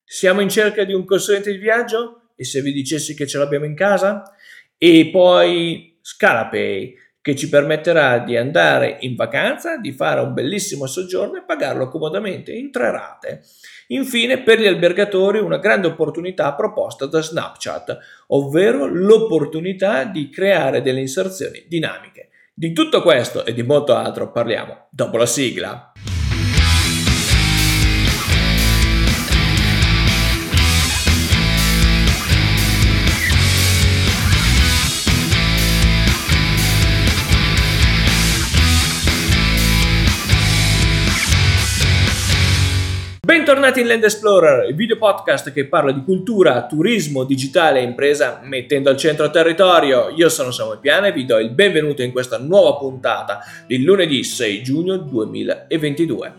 Siamo in cerca di un consulente di viaggio? E se vi dicessi che ce l'abbiamo in casa? E poi Scalapay, che ci permetterà di andare in vacanza, di fare un bellissimo soggiorno e pagarlo comodamente in 3 rate. Infine, per gli albergatori, una grande opportunità proposta da Snapchat, ovvero l'opportunità di creare delle inserzioni dinamiche. Di tutto questo e di molto altro parliamo dopo la sigla. Bentornati in Land Explorer, il video podcast che parla di cultura, turismo, digitale e impresa mettendo al centro il territorio. Io sono Samuel Piana e vi do il benvenuto in questa nuova puntata di lunedì 6 giugno 2022.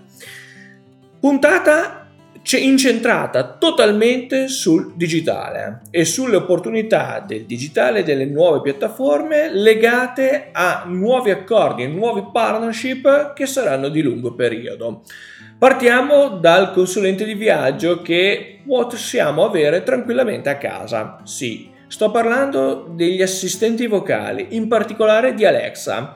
Puntata incentrata totalmente sul digitale e sulle opportunità del digitale e delle nuove piattaforme legate a nuovi accordi e nuovi partnership che saranno di lungo periodo. Partiamo dal consulente di viaggio che possiamo avere tranquillamente a casa. Sì, sto parlando degli assistenti vocali, in particolare di Alexa.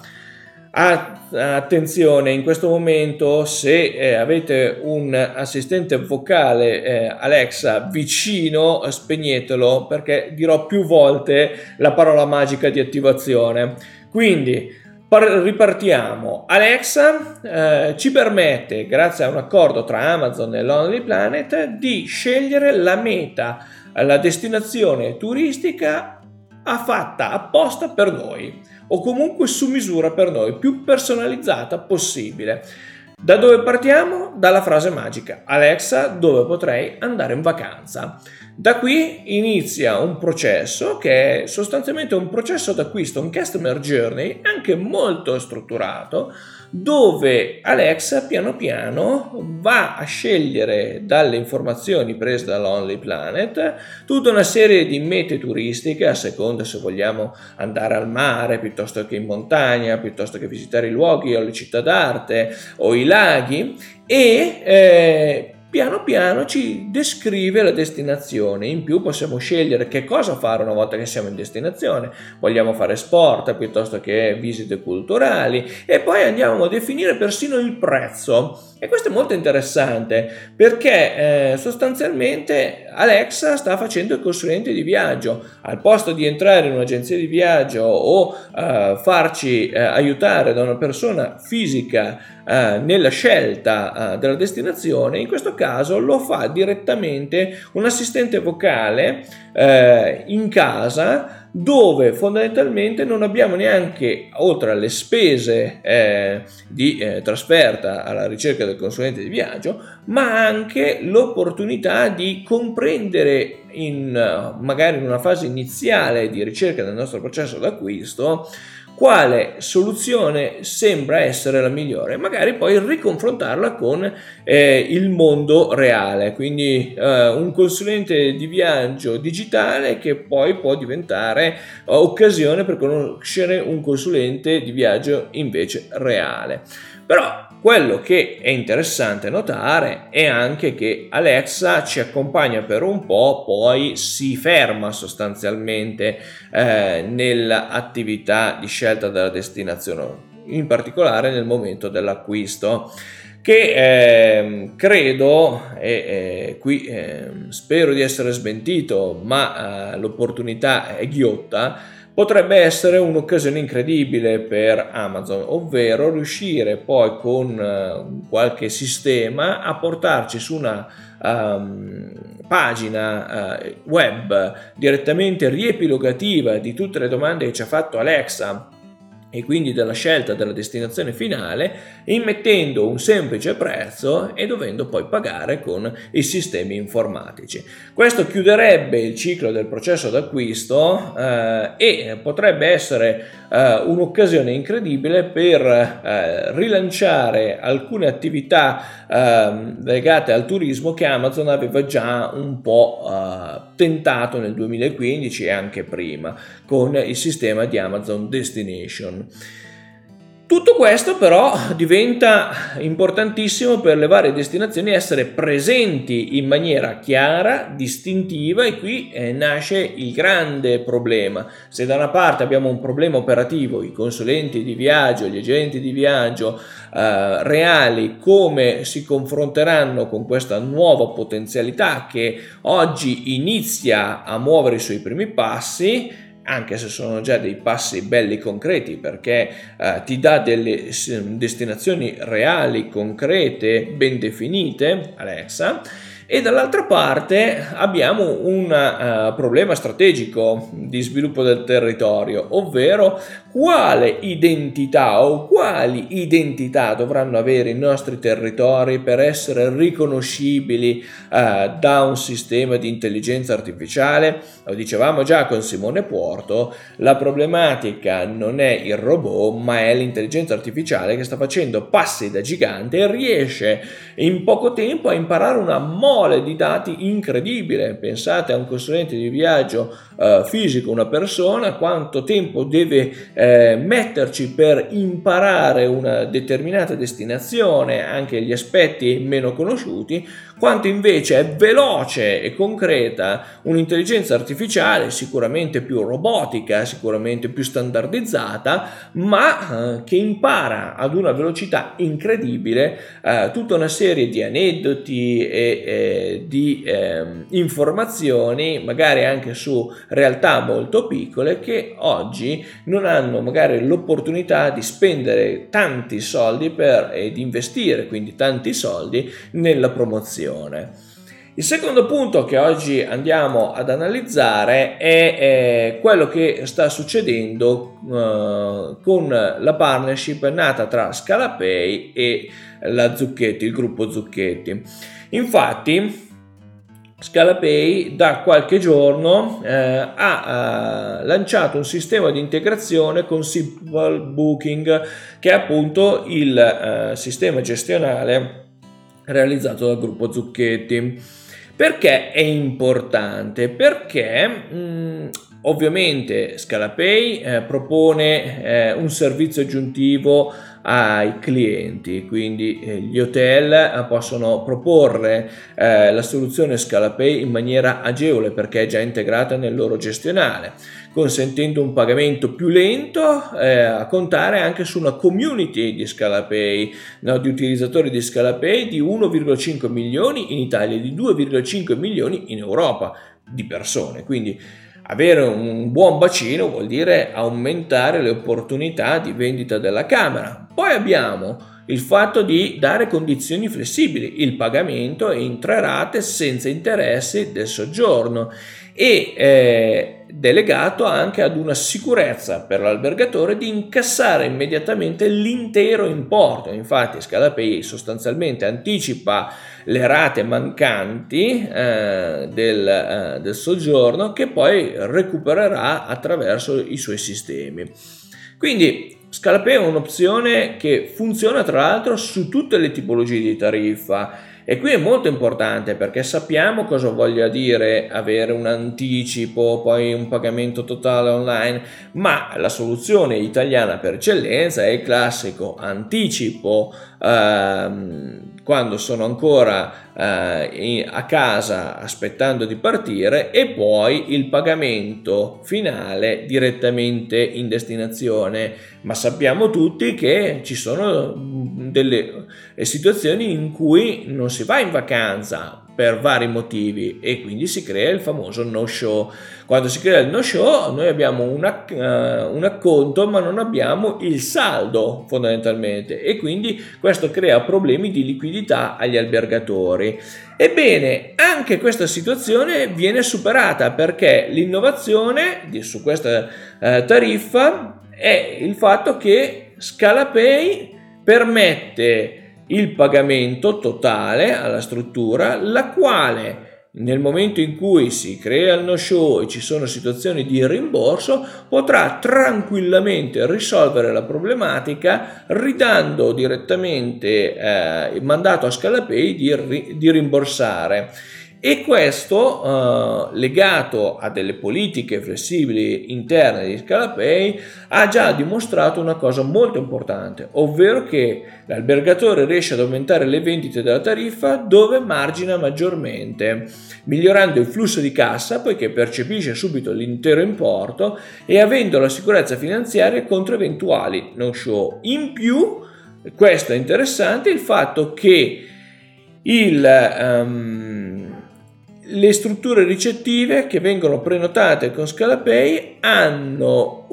Attenzione, in questo momento se avete un assistente vocale Alexa vicino, spegnetelo perché dirò più volte la parola magica di attivazione. Quindi ripartiamo. Alexa ci permette, grazie a un accordo tra Amazon e Lonely Planet, di scegliere la meta, la destinazione turistica fatta apposta per noi o comunque su misura per noi, più personalizzata possibile. Da dove partiamo? Dalla frase magica: Alexa, dove potrei andare in vacanza? Da qui inizia un processo che è sostanzialmente un processo d'acquisto, un customer journey anche molto strutturato, dove Alexa piano piano va a scegliere dalle informazioni prese da Lonely Planet tutta una serie di mete turistiche, a seconda se vogliamo andare al mare piuttosto che in montagna, piuttosto che visitare i luoghi o le città d'arte o i laghi, e piano piano ci descrive la destinazione. In più possiamo scegliere che cosa fare una volta che siamo in destinazione. Vogliamo fare sport piuttosto che visite culturali, e poi andiamo a definire persino il prezzo. E questo è molto interessante perché sostanzialmente Alexa sta facendo il consulente di viaggio. Al posto di entrare in un'agenzia di viaggio o farci aiutare da una persona fisica nella scelta della destinazione, in questo caso lo fa direttamente un assistente vocale in casa, dove fondamentalmente non abbiamo neanche, oltre alle spese di trasferta alla ricerca del consulente di viaggio, ma anche l'opportunità di comprendere magari in una fase iniziale di ricerca del nostro processo d'acquisto quale soluzione sembra essere la migliore, magari poi riconfrontarla con il mondo reale, quindi un consulente di viaggio digitale che poi può diventare occasione per conoscere un consulente di viaggio invece reale. Però quello che è interessante notare è anche che Alexa ci accompagna per un po', poi si ferma sostanzialmente nell'attività di scelta della destinazione, in particolare nel momento dell'acquisto, che credo, e qui spero di essere smentito, ma l'opportunità è ghiotta, potrebbe essere un'occasione incredibile per Amazon, ovvero riuscire poi con qualche sistema a portarci su una pagina web direttamente riepilogativa di tutte le domande che ci ha fatto Alexa e quindi della scelta della destinazione finale, immettendo un semplice prezzo e dovendo poi pagare con i sistemi informatici. Questo chiuderebbe il ciclo del processo d'acquisto e potrebbe essere un'occasione incredibile per rilanciare alcune attività legate al turismo che Amazon aveva già un po' tentato nel 2015 e anche prima con il sistema di Amazon Destination. Tutto questo però diventa importantissimo per le varie destinazioni essere presenti in maniera chiara, distintiva, e qui nasce il grande problema. Se da una parte abbiamo un problema operativo, i consulenti di viaggio, gli agenti di viaggio reali, come si confronteranno con questa nuova potenzialità che oggi inizia a muovere i suoi primi passi, anche se sono già dei passi belli concreti, perché ti dà delle destinazioni reali, concrete, ben definite, Alexa. E dall'altra parte abbiamo un problema strategico di sviluppo del territorio, ovvero quale identità o quali identità dovranno avere i nostri territori per essere riconoscibili da un sistema di intelligenza artificiale. Lo dicevamo già con Simone Puorto, la problematica non è il robot, ma è l'intelligenza artificiale che sta facendo passi da gigante e riesce in poco tempo a imparare una mole di dati incredibile. Pensate a un consulente di viaggio fisico, una persona, quanto tempo deve metterci per imparare una determinata destinazione, anche gli aspetti meno conosciuti, quanto invece è veloce e concreta un'intelligenza artificiale, sicuramente più robotica, sicuramente più standardizzata, ma che impara ad una velocità incredibile tutta una serie di aneddoti e di informazioni, magari anche su realtà molto piccole, che oggi non hanno magari l'opportunità di spendere tanti soldi e di investire quindi tanti soldi nella promozione. Il secondo punto che oggi andiamo ad analizzare è quello che sta succedendo con la partnership nata tra Scalapay e la Zucchetti, il gruppo Zucchetti. Infatti Scalapay da qualche giorno ha lanciato un sistema di integrazione con Simple Booking, che è appunto il sistema gestionale realizzato dal gruppo Zucchetti. Perché è importante? Perché ovviamente Scalapay propone un servizio aggiuntivo ai clienti, quindi gli hotel possono proporre la soluzione Scalapay in maniera agevole perché è già integrata nel loro gestionale, consentendo un pagamento più lento, a contare anche su una community di Scalapay, di utilizzatori di Scalapay di 1,5 milioni in Italia e di 2,5 milioni in Europa di persone. Quindi avere un buon bacino vuol dire aumentare le opportunità di vendita della camera. Poi abbiamo il fatto di dare condizioni flessibili, il pagamento è in 3 rate senza interessi del soggiorno, e delegato anche ad una sicurezza per l'albergatore di incassare immediatamente l'intero importo. Infatti Scalapay sostanzialmente anticipa le rate mancanti del soggiorno, che poi recupererà attraverso i suoi sistemi. Quindi Scalapay è un'opzione che funziona tra l'altro su tutte le tipologie di tariffa. E qui è molto importante perché sappiamo cosa voglia dire avere un anticipo, poi un pagamento totale online, ma la soluzione italiana per eccellenza è il classico anticipo quando sono ancora a casa aspettando di partire, e poi il pagamento finale direttamente in destinazione. Ma sappiamo tutti che ci sono delle situazioni in cui non si va in vacanza per vari motivi e quindi si crea il famoso no show. Quando si crea il no show noi abbiamo un acconto ma non abbiamo il saldo fondamentalmente, e quindi questo crea problemi di liquidità agli albergatori. Ebbene, anche questa situazione viene superata perché l'innovazione su questa tariffa è il fatto che Scalapay permette il pagamento totale alla struttura, la quale nel momento in cui si crea il no-show e ci sono situazioni di rimborso potrà tranquillamente risolvere la problematica ridando direttamente il mandato a Scalapay di rimborsare. e questo legato a delle politiche flessibili interne di Scalapay ha già dimostrato una cosa molto importante, ovvero che l'albergatore riesce ad aumentare le vendite della tariffa dove margina maggiormente, migliorando il flusso di cassa poiché percepisce subito l'intero importo e avendo la sicurezza finanziaria contro eventuali no show. In più, questo è interessante, il fatto che le strutture ricettive che vengono prenotate con Scalapay hanno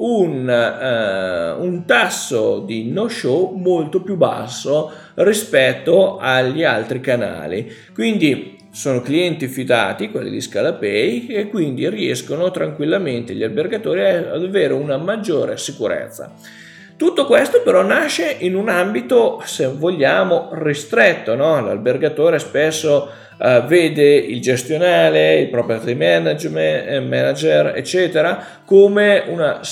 un tasso di no show molto più basso rispetto agli altri canali, quindi sono clienti fidati quelli di Scalapay e quindi riescono tranquillamente gli albergatori ad avere una maggiore sicurezza. Tutto questo però nasce in un ambito, se vogliamo, ristretto, no? L'albergatore spesso vede il gestionale, il property manager, eccetera, come una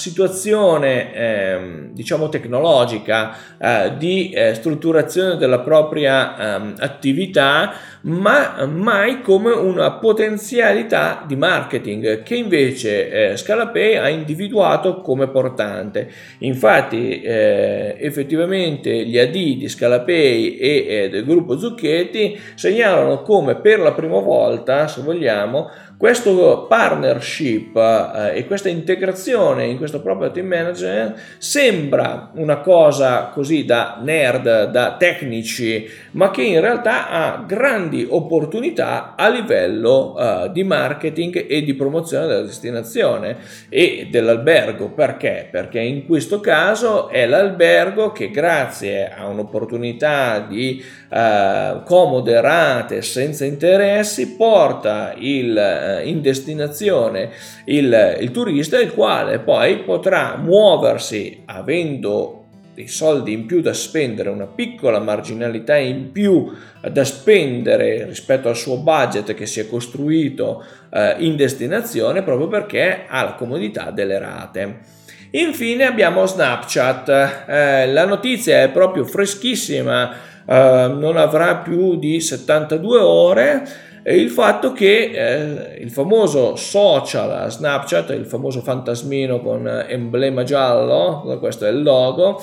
situazione, diciamo, tecnologica di strutturazione della propria attività, ma mai come una potenzialità di marketing che invece Scalapay ha individuato come portante. Infatti effettivamente gli AD di Scalapay e del gruppo Zucchetti segnalano come per la prima volta, se vogliamo, questo partnership e questa integrazione in questo property management sembra una cosa così da nerd, da tecnici, ma che in realtà ha grandi opportunità a livello di marketing e di promozione della destinazione e dell'albergo. Perché? Perché in questo caso è l'albergo che, grazie a un'opportunità di comode rate senza interessi, porta in destinazione il turista, il quale poi potrà muoversi avendo dei soldi in più da spendere, una piccola marginalità in più da spendere rispetto al suo budget che si è costruito in destinazione, proprio perché ha la comodità delle rate. Infine abbiamo Snapchat, la notizia è proprio freschissima, non avrà più di 72 ore, il fatto che il famoso social Snapchat, il famoso fantasmino con emblema giallo, questo è il logo,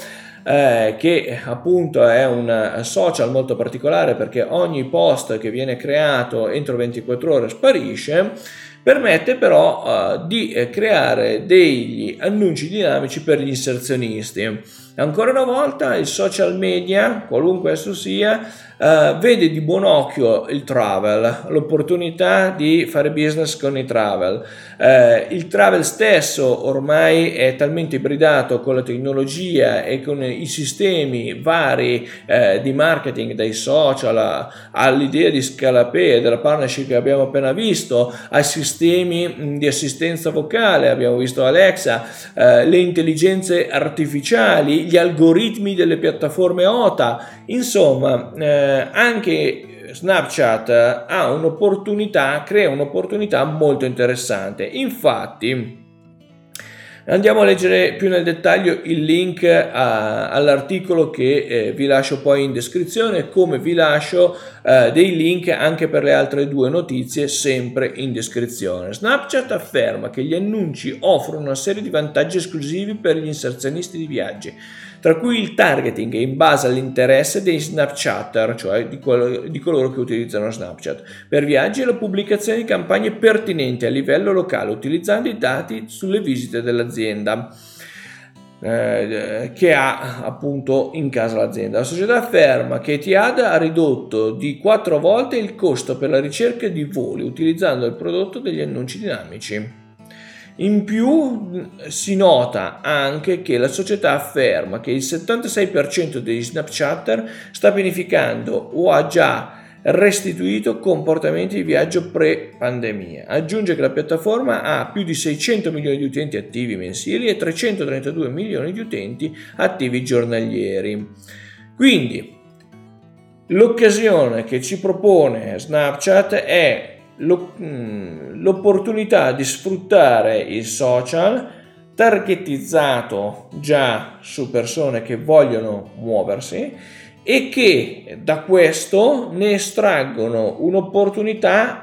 che appunto è un social molto particolare perché ogni post che viene creato entro 24 ore sparisce, permette però di creare degli annunci dinamici per gli inserzionisti. Ancora una volta il social media, qualunque esso sia, vede di buon occhio il travel, l'opportunità di fare business con i travel. Il travel stesso ormai è talmente ibridato con la tecnologia e con i sistemi vari di marketing, dai social all'idea di Scalapay, della partnership che abbiamo appena visto, ai sistemi di assistenza vocale, abbiamo visto Alexa, le intelligenze artificiali, gli algoritmi delle piattaforme OTA, insomma anche Snapchat ha un'opportunità, crea un'opportunità molto interessante. Infatti andiamo a leggere più nel dettaglio il link all'articolo che vi lascio poi in descrizione, come vi lascio dei link anche per le altre due notizie sempre in descrizione. Snapchat afferma che gli annunci offrono una serie di vantaggi esclusivi per gli inserzionisti di viaggi, tra cui il targeting in base all'interesse dei Snapchatter, cioè di coloro che utilizzano Snapchat, per viaggi e la pubblicazione di campagne pertinenti a livello locale utilizzando i dati sulle visite dell'azienda che ha appunto in casa l'azienda. La società afferma che Etihad ha ridotto di 4 volte il costo per la ricerca di voli utilizzando il prodotto degli annunci dinamici. In più si nota anche che la società afferma che il 76% degli Snapchatter sta pianificando o ha già restituito comportamenti di viaggio pre-pandemia. Aggiunge che la piattaforma ha più di 600 milioni di utenti attivi mensili e 332 milioni di utenti attivi giornalieri. Quindi l'occasione che ci propone Snapchat è l'opportunità di sfruttare il social targetizzato già su persone che vogliono muoversi e che da questo ne estraggono un'opportunità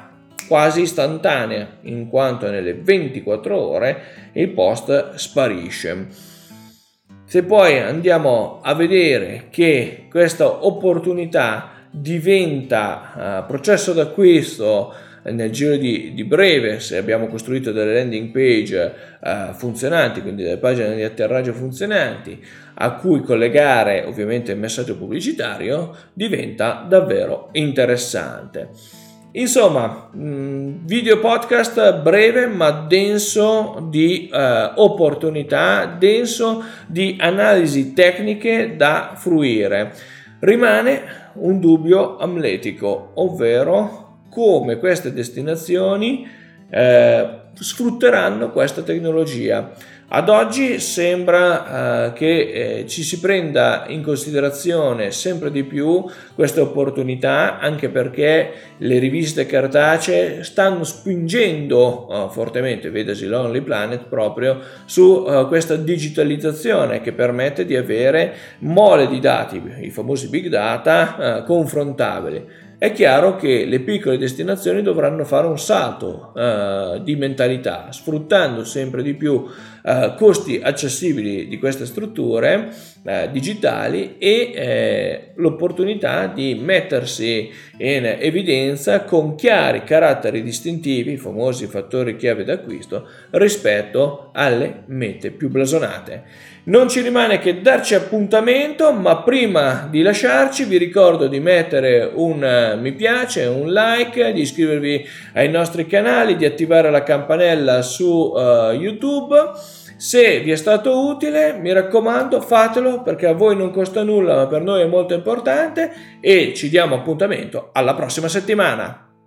quasi istantanea, in quanto nelle 24 ore il post sparisce. Se poi andiamo a vedere che questa opportunità diventa processo d'acquisto nel giro di breve, se abbiamo costruito delle landing page funzionanti, quindi delle pagine di atterraggio funzionanti, a cui collegare ovviamente il messaggio pubblicitario, diventa davvero interessante. Insomma, video podcast breve ma denso di opportunità, denso di analisi tecniche da fruire. Rimane un dubbio amletico, ovvero come queste destinazioni sfrutteranno questa tecnologia. Ad oggi sembra che ci si prenda in considerazione sempre di più queste opportunità, anche perché le riviste cartacee stanno spingendo fortemente, vedasi Lonely Planet, proprio su questa digitalizzazione che permette di avere mole di dati, i famosi big data, confrontabili. È chiaro che le piccole destinazioni dovranno fare un salto di mentalità, sfruttando sempre di più costi accessibili di queste strutture digitali e l'opportunità di mettersi in evidenza con chiari caratteri distintivi, i famosi fattori chiave d'acquisto, rispetto alle mete più blasonate. Non ci rimane che darci appuntamento, ma prima di lasciarci vi ricordo di mettere un mi piace, un like, di iscrivervi ai nostri canali, di attivare la campanella su YouTube. Se vi è stato utile, mi raccomando, fatelo, perché a voi non costa nulla, ma per noi è molto importante, e ci diamo appuntamento alla prossima settimana.